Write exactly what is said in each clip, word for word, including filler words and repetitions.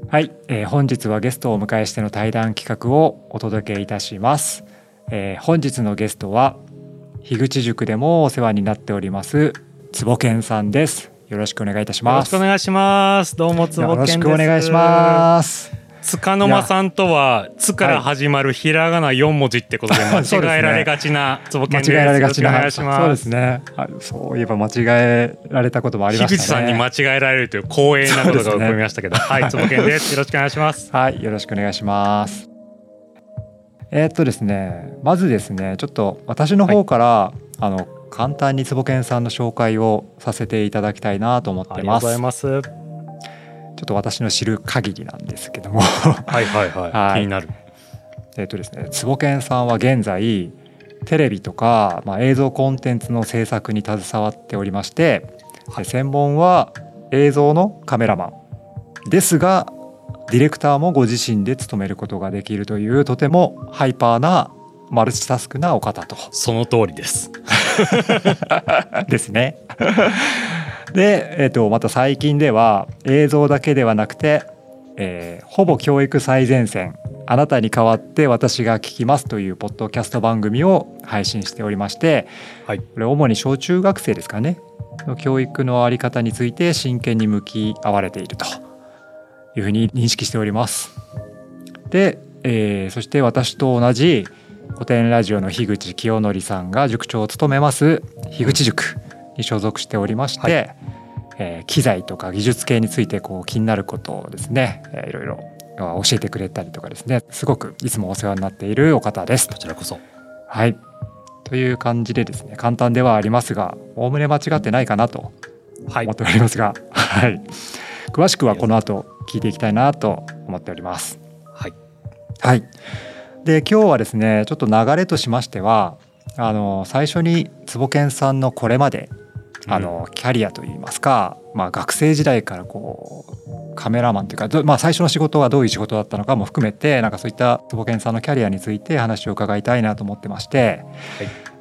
はい、えー、本日はゲストをお迎えしての対談企画をお届けいたします。えー、本日のゲストは樋口塾でもお世話になっております坪健さんです。よろしくお願いいたします。 よろしくお願いします。どうも坪健です。 よろしくお願いします。 束の間さんとは「つ」から始まるひらがなよん文字ってことで間違えられがちな坪健です。 間違えられがちな。 よろしくお願いします。 そうですね。そういえば間違えられたこともありましたね。 樋口さんに間違えられるという光栄なことが起こりましたけど、ね、はい、坪健です。よろしくお願いします。 はい、よろしくお願いします。えー、っとですね、まずですね、ちょっと私の方から、はい、あの簡単に坪健さんの紹介をさせていただきたいなと思ってます。 ありがとうございます。 ちょっと私の知る限りなんですけどもはいはいはい、はい、気になる。 えっとですね、坪健さんは現在テレビとか、まあ、映像コンテンツの制作に携わっておりまして、はい、専門は映像のカメラマンですが、ディレクターもご自身で務めることができるという、とてもハイパーなマルチタスクなお方と。 その通りですですねで、えー、とまた最近では映像だけではなくて、えー、ほぼ教育最前線、あなたに代わって私が聞きますというポッドキャスト番組を配信しておりまして、はい、これ主に小中学生ですかねの教育の在り方について真剣に向き合われているというふうに認識しております。で、えー、そして私と同じ古典ラジオの樋口清則さんが塾長を務めます樋口塾に所属しておりまして、はい、えー、機材とか技術系についてこう気になることをですね、えー、いろいろ教えてくれたりとかですね、すごくいつもお世話になっているお方です。 こちらこそ。 はい、という感じでですね、簡単ではありますがおおむね間違ってないかなと思っておりますが、はいはい、詳しくはこの後聞いていきたいなと思っております。 はい、 はい、で今日はですね、ちょっと流れとしましては、あの最初に坪健さんのこれまであのキャリアといいますか、まあ、学生時代からこうカメラマンというか、まあ、最初の仕事はどういう仕事だったのかも含めて、なんかそういった坪健さんのキャリアについて話を伺いたいなと思ってまして、はい、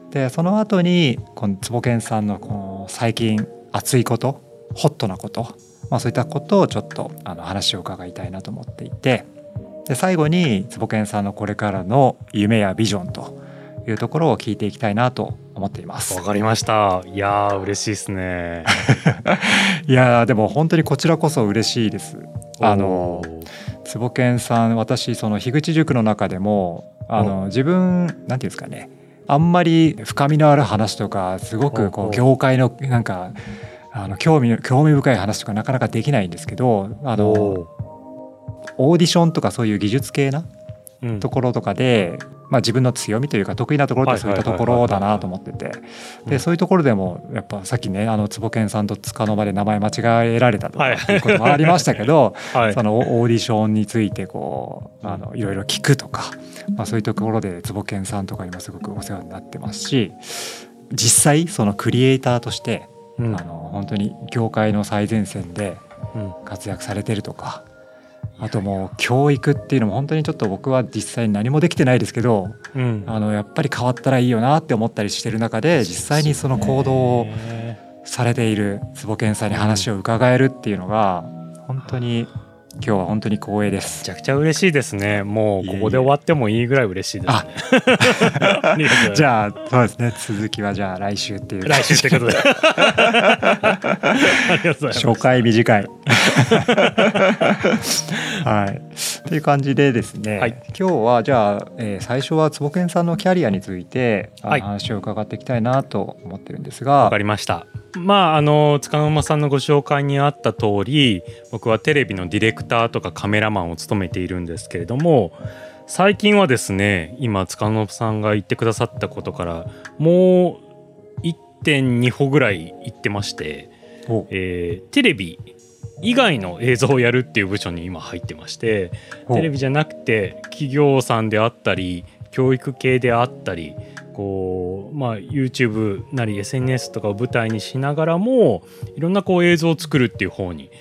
でその後にこの坪健さんのこの最近熱いこと、ホットなこと、まあ、そういったことをちょっとあの話を伺いたいなと思っていて、で最後に坪健さんのこれからの夢やビジョンというところを聞いていきたいなと思っています。 わかりました。いやー嬉しいですねいやーでも本当にこちらこそ嬉しいです。あの坪健さん、私その樋口塾の中でもあの自分なんていうんですかね、あんまり深みのある話とかすごくこう業界のなんかあの興味興味深い話とかなかなかできないんですけど、あのオーディションとかそういう技術系なところとかで、うん、まあ、自分の強みというか得意なところってそういったところだなと思ってて、でそういうところでもやっぱさっきね、あの坪健さんと束の間で名前間違えられたとかいうこともありましたけど、はい、そのオーディションについてこうあのいろいろ聞くとか、まあ、そういうところで坪健さんとかにもすごくお世話になってますし、実際そのクリエイターとして、うん、あの本当に業界の最前線で活躍されてるとか、あともう教育っていうのも本当にちょっと僕は実際に何もできてないですけど、うん、あのやっぱり変わったらいいよなって思ったりしてる中で、実際にその行動をされている坪健さんに話を伺えるっていうのが本当に今日は本当に光栄です。 めちゃくちゃ嬉しいですね。もうここで終わってもいいぐらい嬉しいですね。 じゃあそうですね、続きはじゃあ来週っていう来週ってことでありがとうございます。 初回短いはい、という感じでですね、はい、今日はじゃあ、えー、最初は坪健さんのキャリアについてあの、はい、話を伺っていきたいなと思ってるんですが。 わかりました。まあ、あの束の間さんのご紹介にあった通り、僕はテレビのディレクターとかカメラマンを務めているんですけれども、最近はですね、今束の間さんが言ってくださったことからもう いってんに 歩ぐらい行ってまして、えー、テレビ以外の映像をやるっていう部署に今入ってまして、テレビじゃなくて企業さんであったり教育系であったり、こう、まあ、YouTube なり エスエヌエス とかを舞台にしながらもいろんなこう映像を作るっていう方に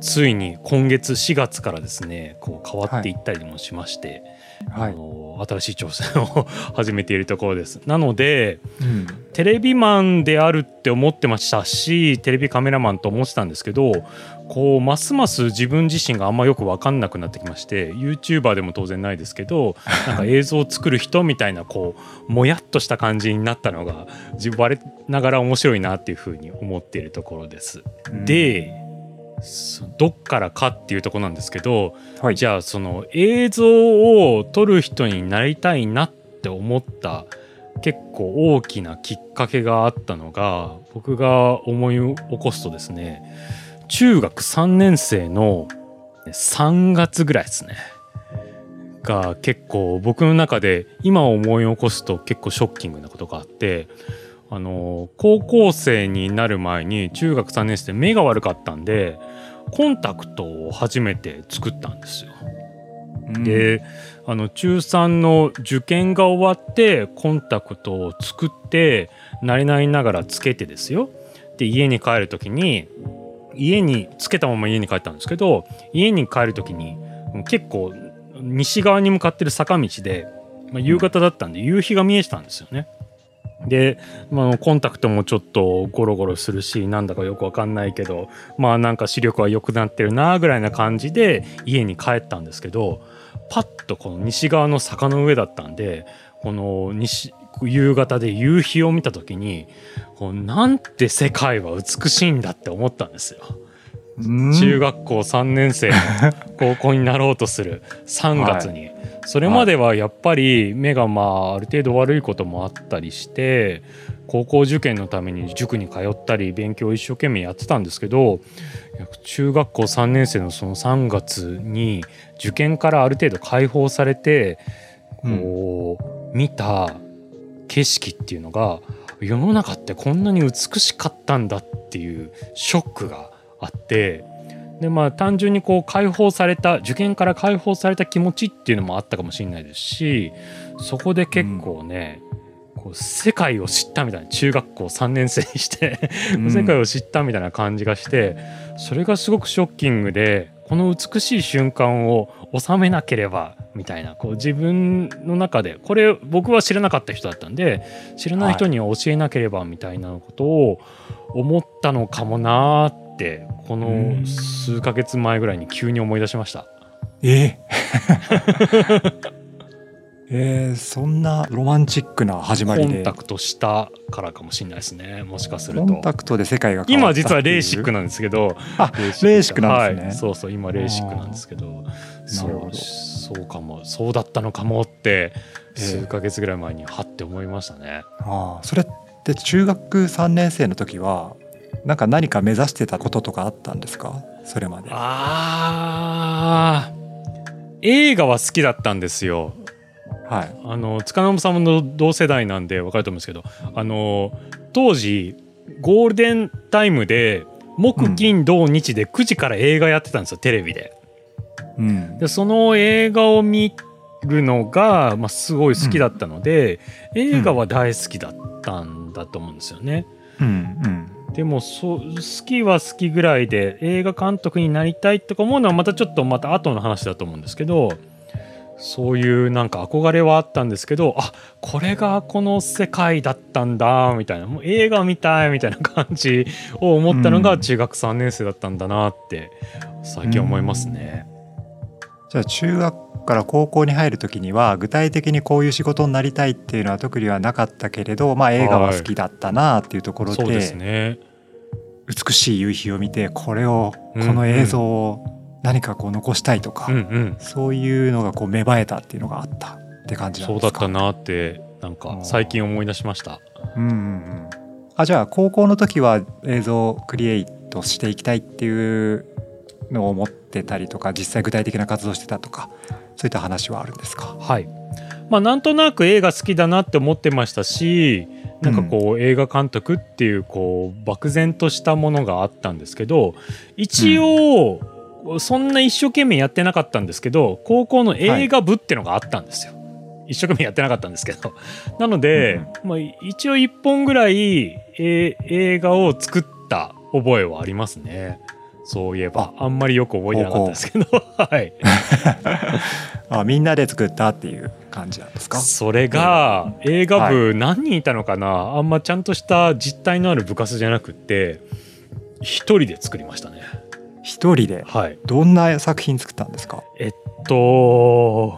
ついに今月しがつからですねこう変わっていったりもしまして、はい、あの新しい挑戦を始めているところです。なので、うん、テレビマンであるって思ってましたしテレビカメラマンと思ってたんですけどこうますます自分自身があんまよく分かんなくなってきまして YouTuber でも当然ないですけどなんか映像を作る人みたいなこうもやっとした感じになったのが我ながら面白いなっていうふうに思っているところです。うん、でどっからかっていうところなんですけど、はい、じゃあその映像を撮る人になりたいなって思った結構大きなきっかけがあったのが僕が思い起こすとですね中学さんねん生のさんがつぐらいですねが結構僕の中で今思い起こすと結構ショッキングなことがあってあの高校生になる前に中学さんねん生で目が悪かったんでコンタクトを初めて作ったんですよ。うん、であの中さんの受験が終わってコンタクトを作って慣れないながらつけてですよで家に帰る時に家につけたまま家に帰ったんですけど家に帰る時に結構西側に向かってる坂道で、まあ、夕方だったんで夕日が見えてたんですよね。で、まあ、コンタクトもちょっとゴロゴロするしなんだかよくわかんないけどまあなんか視力は良くなってるなぐらいな感じで家に帰ったんですけどパッとこの西側の坂の上だったんでこの西夕方で夕日を見た時にこうなんて世界は美しいんだって思ったんですよ。中学校さんねん生の高校になろうとするさんがつに、はい、それまではやっぱり目がまあある程度悪いこともあったりして高校受験のために塾に通ったり勉強を一生懸命やってたんですけど中学校さんねん生のそのさんがつに受験からある程度解放されてこう見た景色っていうのが世の中ってこんなに美しかったんだっていうショックがあってでまあ単純にこう解放された受験から解放された気持ちっていうのもあったかもしれないですしそこで結構ね、うん、こう世界を知ったみたいな中学校さんねん生にして世界を知ったみたいな感じがしてそれがすごくショッキングでこの美しい瞬間を収めなければみたいなこう自分の中でこれ僕は知らなかった人だったんで知らない人には教えなければみたいなことを思ったのかもなーってこの数ヶ月前ぐらいに急に思い出しました。 えーえー、そんなロマンチックな始まりでコンタクトしたからかもしれないですね。もしかするとコンタクトで世界が変わったっていう今実はレーシックなんですけどあレーシックなんですね、 はい、そうそう今レーシックなんですけどそうそうかもそうだったのかもって数ヶ月ぐらい前にはって思いましたね、えー、あそれって中学さんねん生の時はなんか何か目指してたこととかあったんですかそれまで。 あ映画は好きだったんですよ。はい、あの塚野さんの同世代なんで分かると思うんですけどあの当時ゴールデンタイムで木金土日でくじから映画やってたんですよ、うん、テレビで、うん、でその映画を見るのが、まあ、すごい好きだったので、うん、映画は大好きだったんだと思うんですよね、うんうん、でもそ好きは好きぐらいで映画監督になりたいとか思うのはまたちょっとまた後の話だと思うんですけどそういうなんか憧れはあったんですけどあこれがこの世界だったんだみたいなもう映画みたいみたいな感じを思ったのが中学さんねん生だったんだなって最近思いますね、 うん、じゃあ中学から高校に入る時には具体的にこういう仕事になりたいっていうのは特にはなかったけれど、まあ、映画は好きだったなっていうところで、はい、そうですね、美しい夕日を見てこれをこの映像を、うんうん何かこう残したいとか、うんうん、そういうのがこう芽生えたっていうのがあったって感じなんですか。 そうだったなってなんか最近思い出しました、うんうんうん、 あじゃあ高校の時は映像クリエイトしていきたいっていうのを思ってたりとか実際具体的な活動してたとかそういった話はあるんですか。 はい、まあ、なんとなく映画好きだなって思ってましたしなんかこう、うん、映画監督っていうこう漠然としたものがあったんですけど一応、うんそんな一生懸命やってなかったんですけど高校の映画部ってのがあったんですよ、はい、一生懸命やってなかったんですけどなので、うんまあ、一応一本ぐらい、えー、映画を作った覚えはありますね。 そういえばあんまりよく覚えてなかったですけどはいあ、みんなで作ったっていう感じなんですか？ それが映画部何人いたのかな、はい、あんまちゃんとした実態のある部活じゃなくって一人で作りましたね。 一人で、はい、どんな作品作ったんですか？ えっと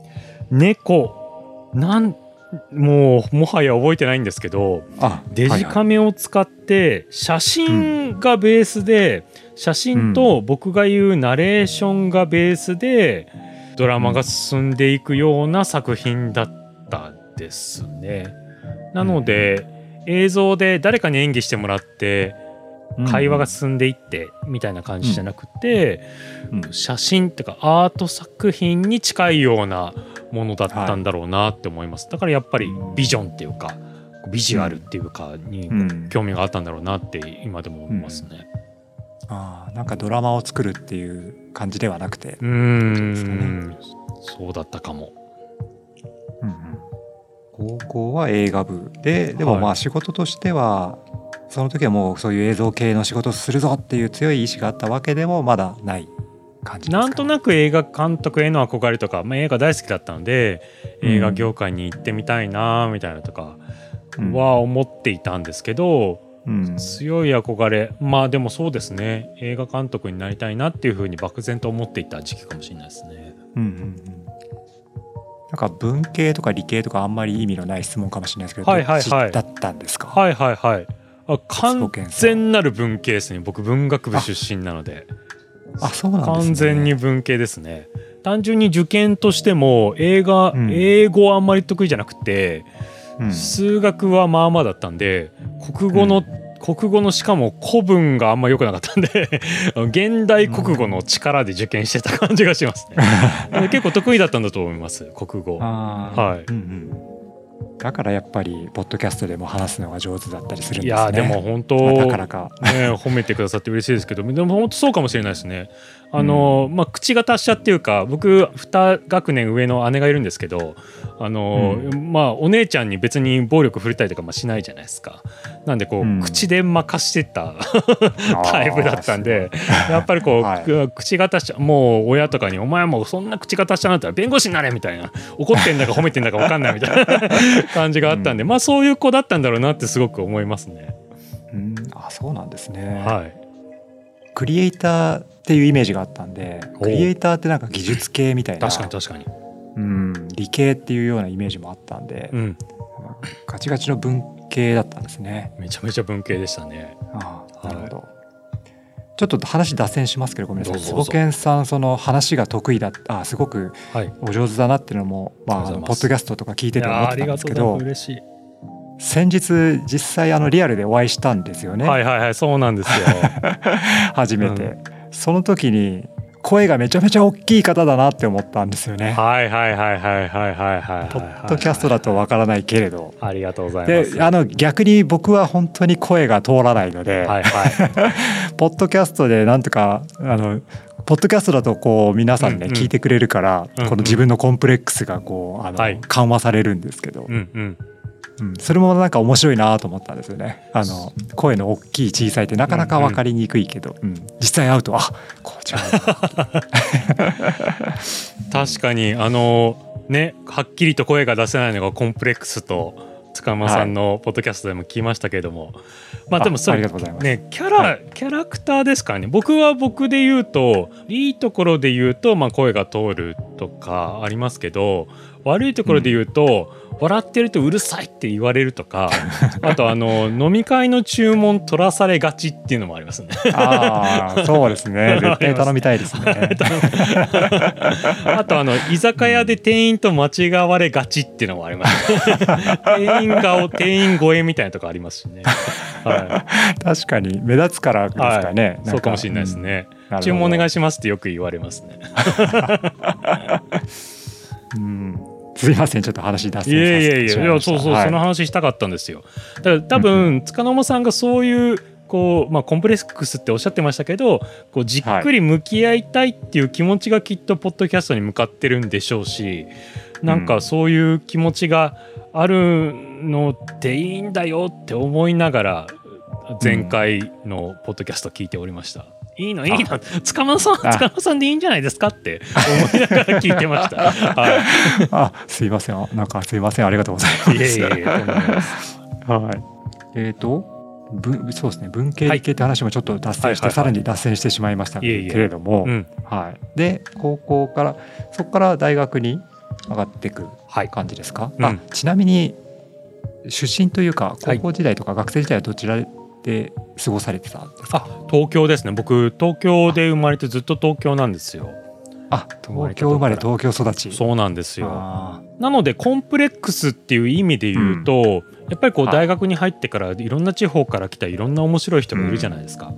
猫なんもうもはや覚えてないんですけど、デジカメを使って写真がベースで、うん、写真と僕が言うナレーションがベースでドラマが進んでいくような作品だったですね。なので、うん、映像で誰かに演技してもらって会話が進んでいってみたいな感じじゃなくて、うんうん、写真っていうかアート作品に近いようなものだったんだろうなって思います。だからやっぱりビジョンっていうかビジュアルっていうかに興味があったんだろうなって今でも思いますね。 うん、ああ、なんかドラマを作るっていう感じではなくて、 うーん、そうだったかも。 うんうん、高校は映画部で、でもまあ仕事としては、はい、その時はもうそういう映像系の仕事をするぞっていう強い意志があったわけでもまだない感じですかね。 なんとなく映画監督への憧れとか、まあ、映画大好きだったので、うん、映画業界に行ってみたいなみたいなとかは思っていたんですけど、うん、強い憧れ、まあでもそうですね、映画監督になりたいなっていうふうに漠然と思っていた時期かもしれないですね。うんうんうん、 なんか文系とか理系とかあんまり意味のない質問かもしれないですけど、はいはいはい、どっちだったんですか？ はいはいはい、あ、完全なる文系ですね。僕文学部出身なので。 あ、そうなんですね。 完全に文系ですね。単純に受験としても映画、うん、英語はあんまり得意じゃなくて、うん、数学はまあまあだったんで、国語の、うん、国語のしかも古文があんま良くなかったんで現代国語の力で受験してた感じがしますね。結構得意だったんだと思います、国語。 あ、はい、うんうん、だからやっぱりポッドキャストでも話すのが上手だったりするんですね。 いやでも本当、まあ、なかなか、ね、褒めてくださって嬉しいですけど、でも本当そうかもしれないですね。あの、うん、まあ、口が達者っていうか、僕に学年上の姉がいるんですけど、あの、うん、まあお姉ちゃんに別に暴力振るったりとかまあしないじゃないですか。なんでこう、うん、口で任してたタイプだったんで、やっぱりこう、はい、口が達者、もう親とかにお前もそんな口が達者なんだったら弁護士になれみたいな、怒ってんだか褒めてんだか分かんないみたいな感じがあったんで、うん、まあそういう子だったんだろうなってすごく思いますね。 うん、あ、そうなんですね。 はい。 クリエイターっていうイメージがあったんで、クリエイターってなんか技術系みたいな、 確かに確かに、 うん、理系っていうようなイメージもあったんで、うん、ガチガチの文系だったんですね。 めちゃめちゃ文系でしたね。 ああ、なるほど、はい、ちょっと話脱線しますけどごめんなさい。坪健さん、その話が得意だ、あ、すごくお上手だなっていうのも、はい、まあ、あのポッドキャストとか聞いてて思ってたんですけど、 嬉しい。 先日実際あのリアルでお会いしたんですよね。 はいはいはい、そうなんですよ初めて、うん、その時に声がめちゃめちゃ大きい方だなって思ったんですよね。 はいはいはいはいはいはいはい。 ポッドキャストだとわからないけれど、 ありがとうございます。 で、あの逆に僕は本当に声が通らないので、はいはいポッドキャストでなんとかあのポッドキャストだとこう皆さんね、うんうん、聞いてくれるから、うんうん、この自分のコンプレックスがこうあの、はい、緩和されるんですけど、うんうんうん、それもなんか面白いなと思ったんですよね。あの声の大きい小さいってなかなか分かりにくいけど、うんうん、実際会うとあ、こう違う確かにあのね、はっきりと声が出せないのがコンプレックスと塚間さんのポッドキャストでも聞きましたけれども、はい、まあでもそれね、キャラ、はい、キャラクターですからね。僕は僕で言うといいところで言うと、まあ声が通るとかありますけど、悪いところで言うと、うん、笑ってるとうるさいって言われるとかあとあの飲み会の注文取らされがちっていうのもありますね。 ああ、そうですね。絶対頼みたいですね。 あとあの居酒屋で店員と間違われがちっていうのもあります、ね、店員顔、店員超えみたいなとこありますしね、はい、 確かに目立つからですかね、はい、 かそうかもしれないですね、うん、注文お願いしますってよく言われますね。 うん、すいません、ちょっと話脱線させてしまいました。 いやいやいやいや、そうそう、はい、その話したかったんですよ。だから多分塚の間さんがそういうこう、まあ、コンプレックスっておっしゃってましたけど、こうじっくり向き合いたいっていう気持ちがきっとポッドキャストに向かってるんでしょうし、なんかそういう気持ちがあるのでいいんだよって思いながら前回のポッドキャスト聞いておりました。 いいのいいの塚間さん塚間さんでいいんじゃないですかって思いながら聞いてました。はい、 あ、すいません、なんかすいません、ありがとうございます。 いえいえいえ、とんでもないです。 はい。えっ、ー、と文そうですね、文系理系って話もちょっと脱線して、はい、さらに脱線してしまいましたけれども、いえいえ、うん、はい、で高校からそこから大学に上がっていく感じですか？はい、あ、うん、ちなみに出身というか高校時代とか学生時代はどちらで過ごされてたんですか？ あ、東京ですね。僕東京で生まれてずっと東京なんですよ。 あ、東京生まれ東京育ち。 そうなんですよ。なのでコンプレックスっていう意味で言うと、うん、やっぱりこう大学に入ってからいろんな地方から来たいろんな面白い人がいるじゃないですか、うん、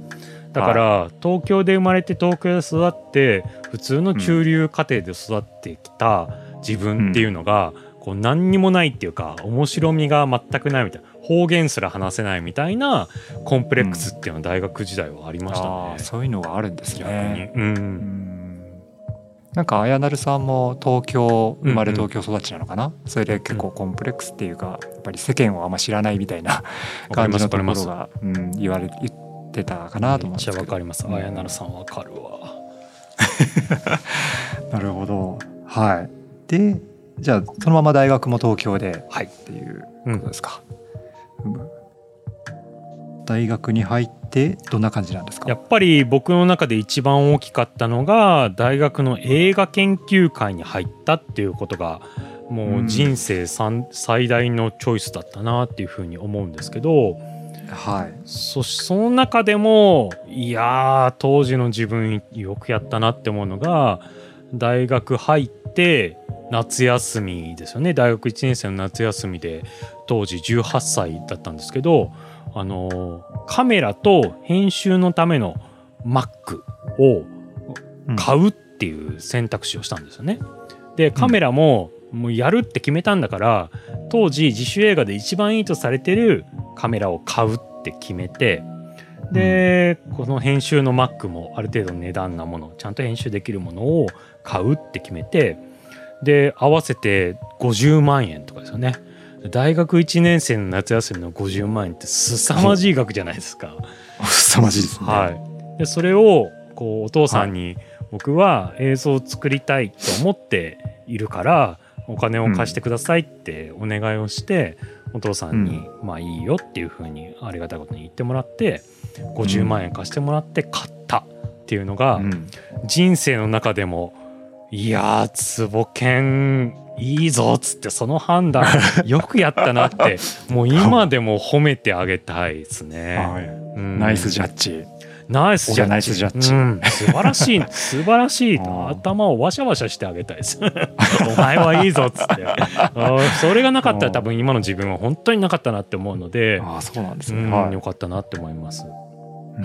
だから東京で生まれて東京で育って普通の中流家庭で育ってきた自分っていうのがこう何にもないっていうか面白みが全くないみたいな、方言すら話せないみたいなコンプレックスっていうのは大学時代はありましたね、うん、 あ、そういうのがあるんですね。 逆に、うん、うん、 なんか綾成さんも東京生まれ東京育ちなのかな、うんうん、それで結構コンプレックスっていうかやっぱり世間をあんま知らないみたいな感じのところが、うん、言われ言ってたかなと思うんですけど。 めっちゃわかります。綾成さんわかるわなるほど。はい。でじゃあそのまま大学も東京でっていうことですか？はい、うん、大学に入ってどんな感じなんですか？ やっぱり僕の中で一番大きかったのが大学の映画研究会に入ったっていうことがもう人生最大のチョイスだったなっていうふうに思うんですけど、 はい、 そ, その中でもいや当時の自分よくやったなって思うのが大学入って夏休みですよね。大学いちねん生の夏休みで当時じゅうはっさいだったんですけど、あのカメラと編集のための Mac を買うっていう選択肢をしたんですよね。でカメラももうやるって決めたんだから当時自主映画で一番いいとされてるカメラを買うって決めて、でこの編集の Mac もある程度値段なものちゃんと編集できるものを買うって決めて、で合わせてごじゅうまんえんとかですよね。大学いちねん生の夏休みのごじゅうまんえんって凄まじい額じゃないですか。 凄まじいですね。 はい、でそれをこうお父さんに、はい、僕は映像を作りたいと思っているからお金を貸してくださいってお願いをして、うん、お父さんに、うん、まあいいよっていうふうにありがたいことに言ってもらってごじゅうまんえん貸してもらって買ったっていうのが、うん、人生の中でもいやー坪健いいぞっつってその判断よくやったなってもう今でも褒めてあげたいですね、はい、 うん、ナイスジャッジ。 ナイスジャッジ、 ナイスジャッジ、うん、 素晴らしい素晴らしい頭をワシャワシャしてあげたいですお前はいいぞっつってそれがなかったら多分今の自分は本当になかったなって思うので、 あ、そうなんですね、 うん、 はい、 よかったなって思います、 うん、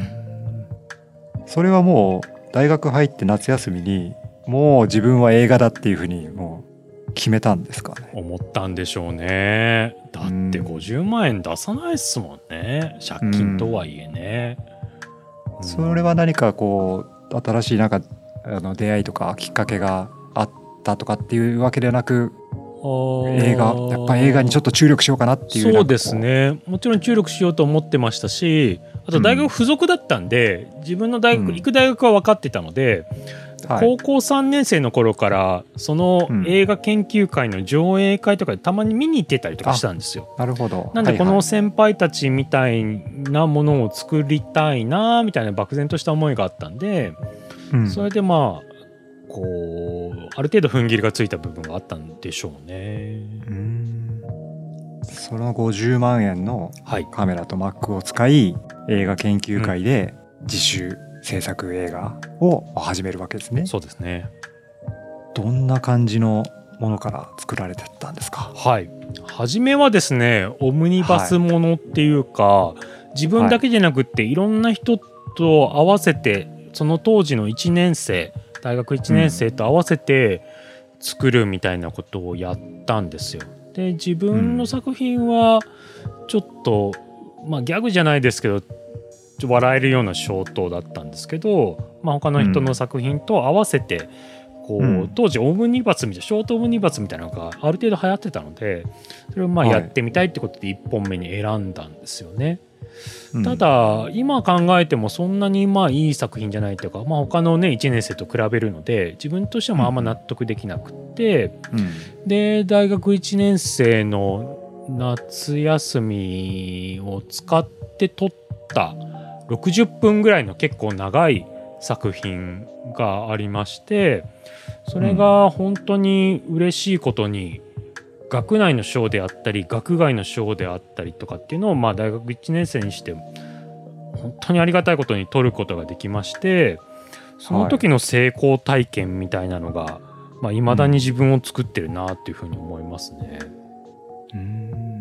それはもう大学入って夏休みにもう自分は映画だっていうふうにもう決めたんですかね。 思ったんでしょうね。だってごじゅうまんえん出さないっすもんね、借金とはいえね、 うん、それは何かこう新しいなんかあの出会いとかきっかけがあったとかっていうわけではなく、映画やっぱ映画にちょっと注力しようかなっていう。 そうですね、もちろん注力しようと思ってましたし、あと大学付属だったんで、うん、自分の大学、行く大学は分かってたので、はい、高校さんねん生の頃からその映画研究会の上映会とかでたまに見に行ってたりとかしたんですよ。 なるほど。 なんでこの先輩たちみたいなものを作りたいなみたいな漠然とした思いがあったんで、うん、それでまあこうある程度踏ん切りがついた部分があったんでしょうね。 うーん、そのごじゅうまんえんのカメラと Mac を使い、はい、映画研究会で自主制作映画を始めるわけですね。 そうですね。 どんな感じのものから作られてたんですか？ はい、初めはですねオムニバスものっていうか、はい、自分だけじゃなくっていろんな人と合わせてその当時のいちねん生大学いちねん生と合わせて作るみたいなことをやったんですよ。で自分の作品はちょっと、まあ、ギャグじゃないですけど笑えるようなショートだったんですけど、まあ、他の人の作品と合わせてこう、うん、当時オムニバスみたいなショートオムニバスみたいなのがある程度流行ってたのでそれをまあやってみたいってことでいっぽんめに選んだんですよね。 うん、 ただ今考えてもそんなにまあいい作品じゃないというか、まあ、他のねいちねん生と比べるので自分としてもあんま納得できなくて、 うん、 で大学いちねん生の夏休みを使って撮ったろくじゅっぷんぐらいの結構長い作品がありまして、それが本当に嬉しいことに学内の賞であったり学外の賞であったりとかっていうのをまあ大学いちねん生にして本当にありがたいことに取ることができまして、その時の成功体験みたいなのがまあ未だに自分を作ってるなっていうふうに思いますね。 うん、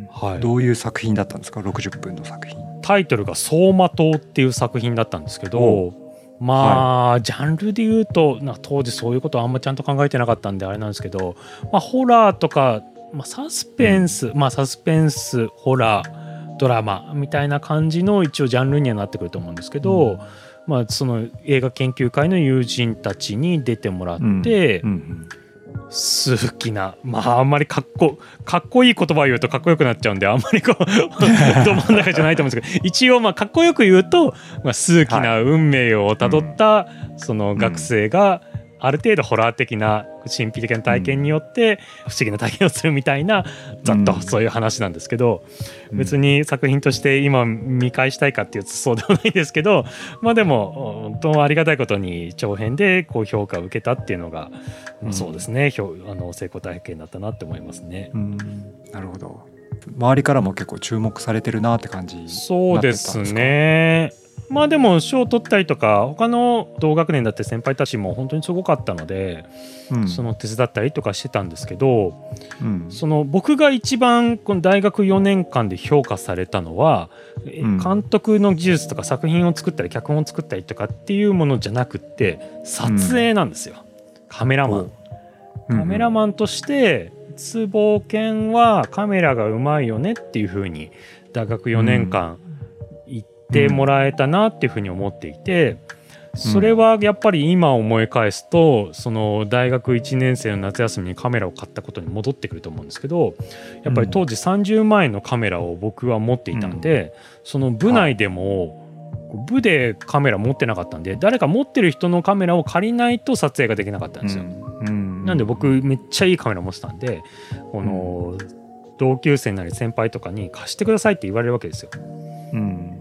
はい、 どういう作品だったんですか？ろくじゅっぷんの作品。 タイトルが走馬灯っていう作品だったんですけど、まあ、はい、ジャンルで言うとな当時そういうことはあんまちゃんと考えてなかったんであれなんですけど、まあ、ホラーとか、まあ、サスペンス、うん、まあサスペンスホラードラマみたいな感じの一応ジャンルにはなってくると思うんですけど、うん、まあ、その映画研究会の友人たちに出てもらって、うんうん、好きな、まああんまりかっこかっこいい言葉を言うとかっこよくなっちゃうんであんまりこうど真ん中じゃないと思うんですけど、一応まあかっこよく言うと、まあ、数奇な運命をたどったその学生がある程度ホラー的な神秘的な体験によって不思議な体験をするみたいなざっとそういう話なんですけど、別に作品として今見返したいかっていうとそうでもないんですけど、まあでも本当ありがたいことに長編でこう評価を受けたっていうのが、うん、そうですね、あの成功体験だったなって思いますね。 うん、なるほど。周りからも結構注目されてるなって感じになってたんですか？ そうですね。まあでも賞を取ったりとか他の同学年だって先輩たちも本当にすごかったので、うん、その手伝ったりとかしてたんですけど、うん、その僕が一番この大学よねんかんで評価されたのは、うん、監督の技術とか作品を作ったり脚本を作ったりとかっていうものじゃなくって撮影なんですよ、うん、カメラマン、カメラマンとして坪健はカメラがうまいよねっていう風に大学よねんかん言ってもらえたなっていう風に思っていて、それはやっぱり今思い返すとその大学いちねん生の夏休みにカメラを買ったことに戻ってくると思うんですけど、やっぱり当時さんじゅうまんえんのカメラを僕は持っていたんで、その部内でも部でカメラ持ってなかったんで誰か持ってる人のカメラを借りないと撮影ができなかったんですよ。なんで僕めっちゃいいカメラ持ってたんで、この同級生なり先輩とかに貸してくださいって言われるわけですよ。うん、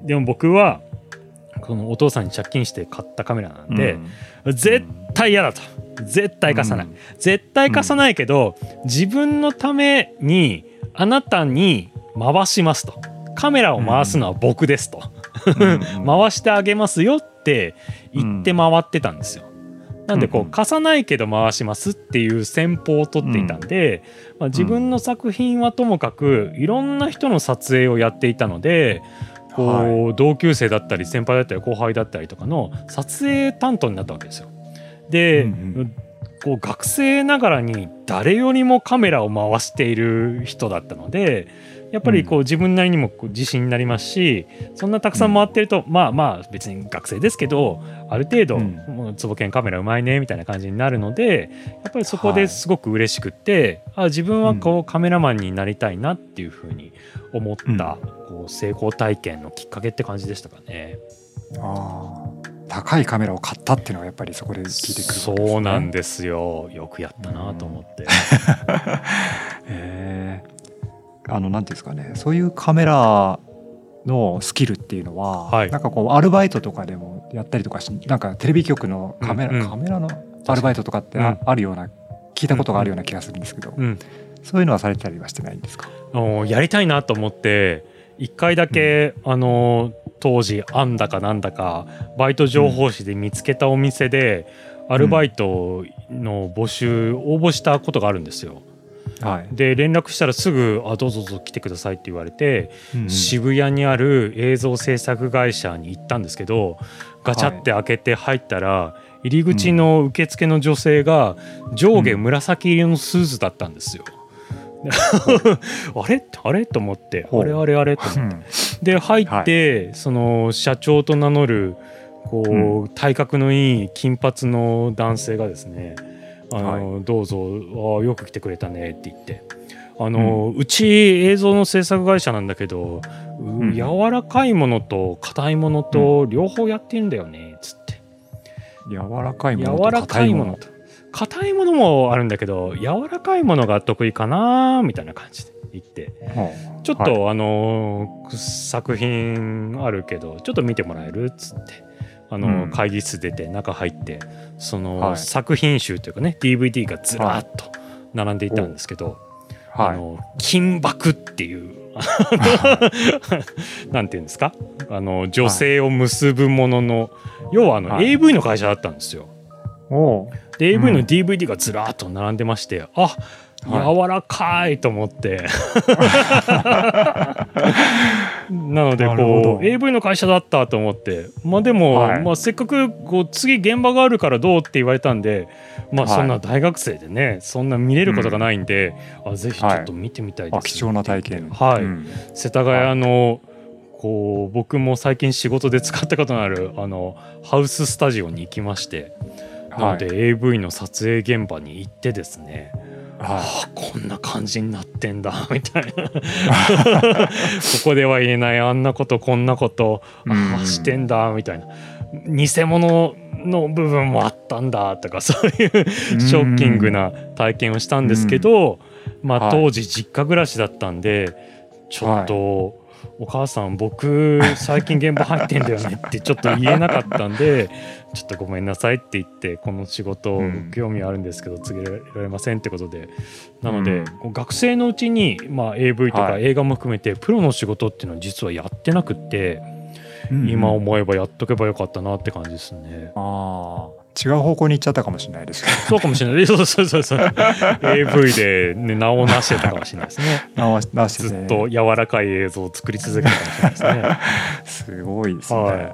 でも僕はこのお父さんに借金して買ったカメラなんで、うん、絶対嫌だと、絶対貸さない、うん、絶対貸さないけど、うん、自分のためにあなたに回しますと、カメラを回すのは僕ですと、うん、回してあげますよって言って回ってたんですよ。なんでこう貸さないけど回しますっていう戦法を取っていたんで、まあ、自分の作品はともかくいろんな人の撮影をやっていたので、こう同級生だったり先輩だったり後輩だったりとかの撮影担当になったわけですよ。で、うんうん、こう学生ながらに誰よりもカメラを回している人だったので、やっぱりこう自分なりにもこう自信になりますし、そんなたくさん回ってると、うん、まあまあ別に学生ですけどある程度、うん、もう坪健カメラうまいねみたいな感じになるので、やっぱりそこですごく嬉しくって、はい、あ自分はこうカメラマンになりたいなっていうふうに思った、うん、こう成功体験のきっかけって感じでしたかね。 あ高いカメラを買ったっていうのはやっぱりそこで聞いてくるわけですね。 そうなんですよ。よくやったなと思って。 へーあのなんていうんですかね、そういうカメラのスキルっていうのは、はい、なんかこうアルバイトとかでもやったりとかし、なんかテレビ局のカメラ、うんうん、カメラのアルバイトとかってあるような、聞いたことがあるような気がするんですけど、うんうん、そういうのはされたりはしてないんですか？ やりたいなと思っていっかいだけ、うん、あの当時あんだかなんだかバイト情報誌で見つけたお店で、うん、アルバイトの募集応募したことがあるんですよ。はい、で連絡したらすぐあどうぞどうぞ来てくださいって言われて、うんうん、渋谷にある映像制作会社に行ったんですけど、ガチャって開けて入ったら、はい、入り口の受付の女性が上下紫色のスーツだったんですよ。うん、あれあれと思って、あれあれあれと思って、で入って、はい、その社長と名乗るこう、うん、体格のいい金髪の男性がですね、あのはい、どうぞあよく来てくれたねって言って、あの、うん、うち映像の制作会社なんだけどうん、柔らかいものと硬いものと両方やってるんだよねつって、 柔らかいものと硬いものと硬いものもあるんだけど柔らかいものが得意かなみたいな感じで言って、はあ、ちょっと、はい、あの作品あるけどちょっと見てもらえるっつってあの、うん、会議室出て中入ってその、はい、作品集というかね ディーブイディー がずらっと並んでいたんですけど、はい、あの金箔っていうなんていうんですかあの女性を結ぶものの、はい、要はあの、はい、エーブイ の会社だったんですよ。おで エーブイ の ディーブイディー がずらっと並んでまして、うん、あ、はい、柔らかいと思ってなのでこう エーブイ の会社だったと思って、まあでも、はい、まあ、せっかくこう次現場があるからどうって言われたんで、まあそんな大学生でね、はい、そんな見れることがないんで、うん、あぜひちょっと見てみたいです、 はい、貴重な体験、 はい、うん、世田谷のこう僕も最近仕事で使ったことのあるあのハウススタジオに行きまして、なので エーブイ の撮影現場に行ってですね、はい、あこんな感じになってんだみたいなここでは言えないあんなことこんなことあしてんだみたいな、偽物の部分もあったんだとかそういうショッキングな体験をしたんですけど、まあ、当時実家暮らしだったんでちょっと、はい、お母さん僕最近現場入ってんだよねってちょっと言えなかったんでちょっとごめんなさいって言って、この仕事興味あるんですけど告げられませんってことで、なので、うん、学生のうちに、まあ、エーブイ とか映画も含めてプロの仕事っていうのは実はやってなくって、うん、今思えばやっとけばよかったなって感じですね。 あ違う方向に行っちゃったかもしれないですけどそうかもしれないそうそうそうそうエーブイ で、ね、名を成してたかもしれないですね名を成して、ね、ずっと柔らかい映像を作り続けたかもしれないですねすごいですね、はい、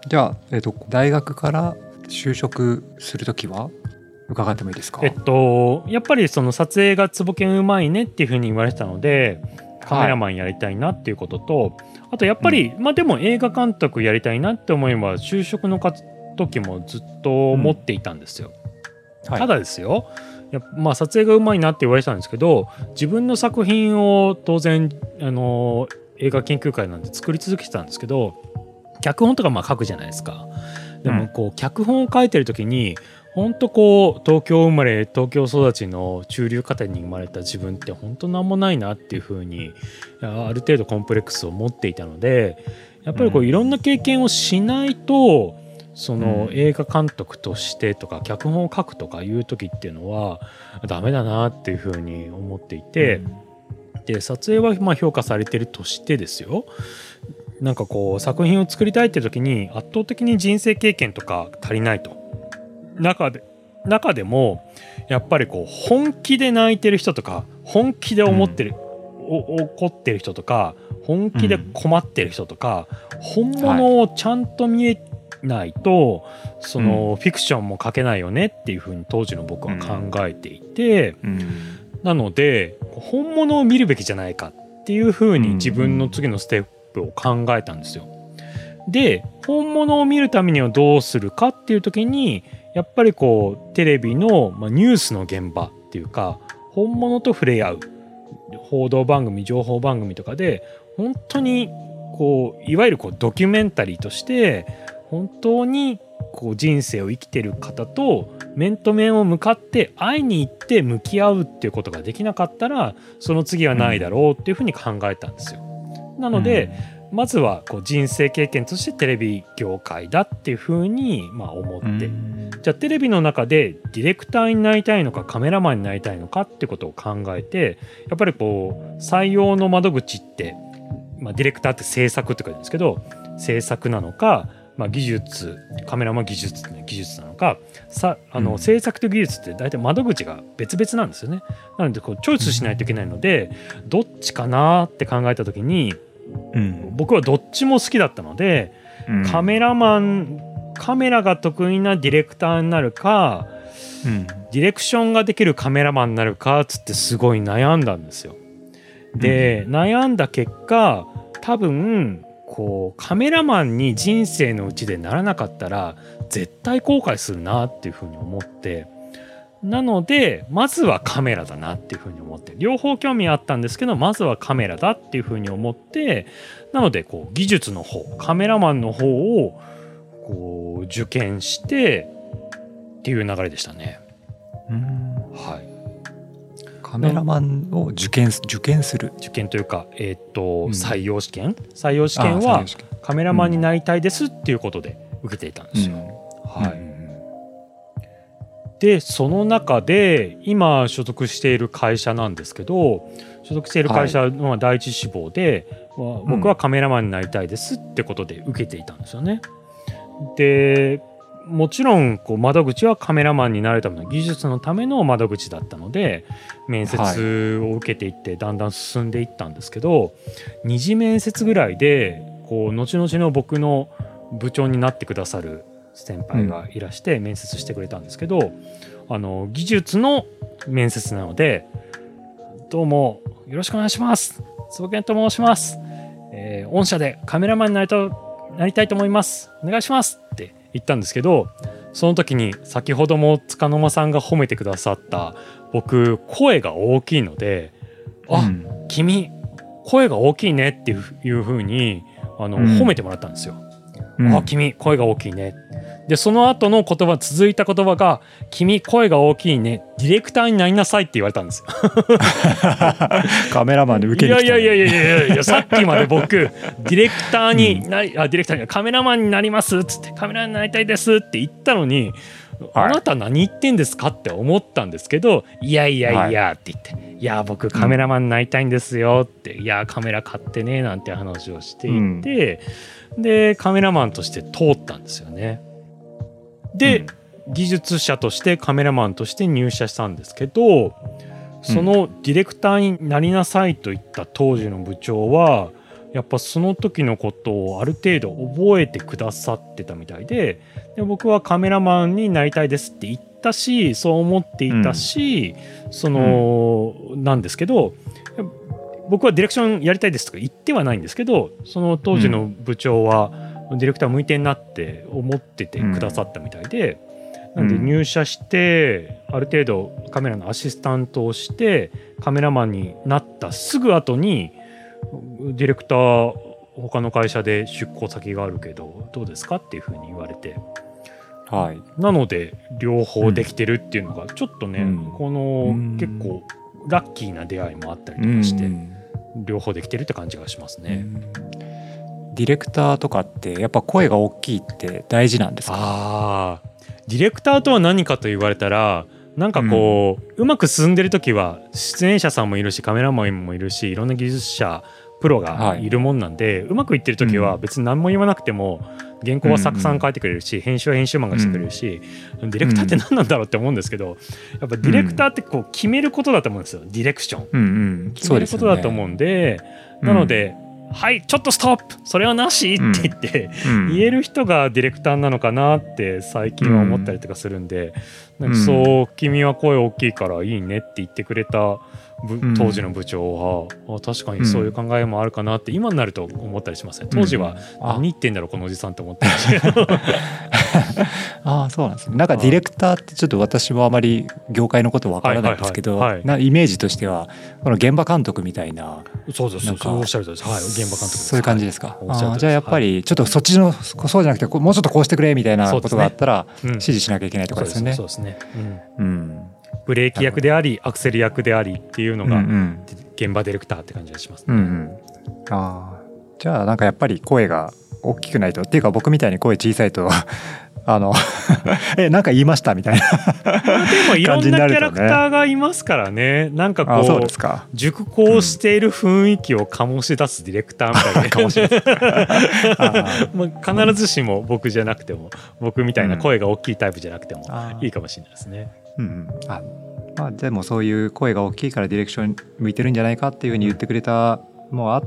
じゃあ、えーと、大学から就職するときは伺ってもいいですか？ えっとやっぱりその撮影が坪健うまいねっていうふうに言われてたのでカメラマンやりたいなっていうことと、はい、あとやっぱり、うん、まあでも映画監督やりたいなって思えば就職の活時もずっと思っていたんですよ、うんはい、ただですよや、まあ、撮影がうまいなって言われてたんですけど、自分の作品を当然あの映画研究会なんて作り続けてたんですけど、脚本とかまあ書くじゃないですか。でもこう脚本を書いてる時に本当こう東京生まれ東京育ちの中流家庭に生まれた自分って本当なんもないなっていう風にある程度コンプレックスを持っていたので、やっぱりこういろんな経験をしないとその映画監督としてとか脚本を書くとかいう時っていうのはダメだなっていうふうに思っていて、で撮影はまあ評価されてるとしてですよ、なんかこう作品を作りたいって時に圧倒的に人生経験とか足りないと、中で中でもやっぱりこう本気で泣いてる人とか本気で思ってる、うん、怒ってる人とか本気で困ってる人とか、うん、本物をちゃんと見えないとそのフィクションも書けないよねっていうふうに当時の僕は考えていて、うんうん、なので本物を見るべきじゃないかっていうふうに自分の次のステップを考えたんですよ。で本物を見るためにはどうするかっていう時にやっぱりこうテレビの、まあ、ニュースの現場っていうか本物と触れ合う報道番組情報番組とかで本当にこういわゆるこうドキュメンタリーとして本当にこう人生を生きてる方と面と面を向かって会いに行って向き合うっていうことができなかったらその次はないだろうっていうふうに考えたんですよ。なので、うん、まずはこう人生経験としてテレビ業界だっていうふうにまあ思って、うん、じゃあテレビの中でディレクターになりたいのかカメラマンになりたいのかってことを考えて、やっぱりこう採用の窓口って、まあ、ディレクターって制作って書いてあるんですけど制作なのかまあ、技術カメラマン技術って、ね、技術なのかさあの、うん、制作と技術って大体窓口が別々なんですよね。なのでこうチョイスしないといけないので、うん、どっちかなって考えた時に、うん、僕はどっちも好きだったので、うん、カメラマンカメラが得意なディレクターになるか、うん、ディレクションができるカメラマンになるかつってすごい悩んだんですよ。で、うん、悩んだ結果多分こうカメラマンに人生のうちでならなかったら絶対後悔するなっていうふうに思って、 なのでまずはカメラだなっていうふうに思って、両方興味あったんですけどまずはカメラだっていうふうに思って、なのでこう技術の方、カメラマンの方をこう受験してっていう流れでしたね。 うん、 はい。 カメラマンを受験受験する受験というか、えー、とうん採用試験採用試験はカメラマンになりたいですっていうことで受けていたんですよ。うん、はい。うん、でその中で今所属している会社なんですけど、所属している会社の第一志望で、はい、僕はカメラマンになりたいですってことで受けていたんですよね。でもちろんこう窓口はカメラマンになるための技術のための窓口だったので面接を受けていってだんだん進んでいったんですけど、二次面接ぐらいでこう後々の僕の部長になってくださる先輩がいらして面接してくれたんですけど、うん、あの技術の面接なので、どうもよろしくお願いします、坪健と申します、えー、御社でカメラマンになりたいなりたいと思います、お願いしますって言ったんですけど、その時に先ほども束の間さんが褒めてくださった僕声が大きいので、あ、うん、君声が大きいねっていう風にあの、うん、褒めてもらったんですよ。うん、あ、君声が大きいね。でその後の言葉、続いた言葉が君声が大きいね、ディレクターになりなさいって言われたんですよ。 カメラマンで受けに来た。 いやいやいやいやいやいや、さっきまで僕ディレクターになり、うん、あディレクターにカメラマンになりますっつってカメラマンになりたいですって言ったのに、はい、あなた何言ってんですかって思ったんですけど、いやいやいやって言って、はい、いや僕カメラマンになりたいんですよって、うん、いやカメラ買ってねなんて話をしていて、うん、でカメラマンとして通ったんですよね。で、うん、技術者としてカメラマンとして入社したんですけど、そのディレクターになりなさいと言った当時の部長はやっぱその時のことをある程度覚えてくださってたみたいで、で僕はカメラマンになりたいですって言ったし、そう思っていたし、うん、その、うん、なんですけど、僕はディレクションやりたいですとか言ってはないんですけど、その当時の部長は、うん、ディレクター向いてんなって思っててくださったみたいで、うん、なんで入社してある程度カメラのアシスタントをしてカメラマンになったすぐ後に、ディレクター他の会社で出向先があるけどどうですかっていうふうに言われて、はい、なので両方できてるっていうのがちょっとね、うん、この結構ラッキーな出会いもあったりとかして、うん、両方できてるって感じがしますね。うん、 ディレクターとかってやっぱ声が大きいって大事なんですか？ あー、ディレクターとは何かと言われたらなんかこう、うん、うまく進んでる時は出演者さんもいるしカメラマンもいるしいろんな技術者プロがいるもんなんで、はい、うまくいってる時は別に何も言わなくても原稿は作家さん書いてくれるし、うん、編集は編集マンがしてくれるし、うん、ディレクターって何なんだろうって思うんですけど、やっぱディレクターってこう決めることだと思うんですよ。ディレクション、うんうん、決めることだと思うんで、なので、うん、はいちょっとストップそれはなしって言って、うん、言える人がディレクターなのかなって最近は思ったりとかするんで、なんかそう君は声大きいからいいねって言ってくれた当時の部長は、うん、確かにそういう考えもあるかなって今になると思ったりしますね。当時は何言ってんだろうこのおじさんって思ってましたけどああそうなんですね。なんかディレクターってちょっと私もあまり業界のことわからないんですけど、なイメージとしてはこの現場監督みたいな、 そうですそうそうおっしゃるとおりです、はい、現場監督です。 そういう感じですか？はい、あじゃあやっぱりちょっとそっちのそうじゃなくてもうちょっとこうしてくれみたいなことがあったら指示しなきゃいけないとかですよね。 そうですね、うんうん、ブレーキ役でありアクセル役でありっていうのが現場ディレクターって感じがしますね。うんうん、 あじゃあなんかやっぱり声が大きくないとっていうか僕みたいに声小さいとあのえなんか言いましたみたいなでもいろんなキャラクターがいますからね。なんかこう、 そうですか、 熟考している雰囲気を醸し出すディレクターみたいな、ね、醸し出すもう必ずしも僕じゃなくても僕みたいな声が大きいタイプじゃなくてもいいかもしれないですね。うんうん、 あまあ、でもそういう声が大きいからディレクション向いてるんじゃないかっていうふうに言ってくれたのもあって、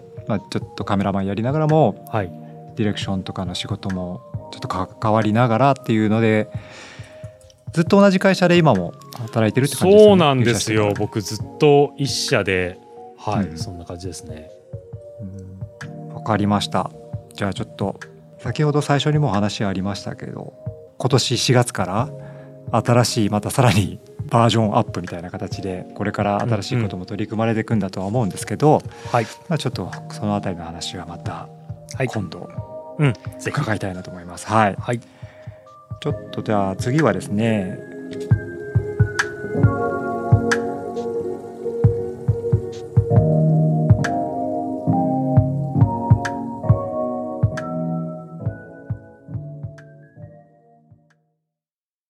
まあ、ちょっとカメラマンやりながらも、はい、ディレクションとかの仕事もちょっと関わりながらっていうのでずっと同じ会社で今も働いてるって感じですね。 そうなんですよ。僕ずっと一社で、はい、うん、そんな感じですね。 わかりました。じゃあちょっと先ほど最初にも話ありましたけど今年しがつから新しいまたさらにバージョンアップみたいな形でこれから新しいことも取り組まれていくんだとは思うんですけど、 はい、 まあ、ちょっとそのあたりの話はまた今度うんぜひ伺いたいなと思います。はい、 はい、 ちょっとじゃあ次はですね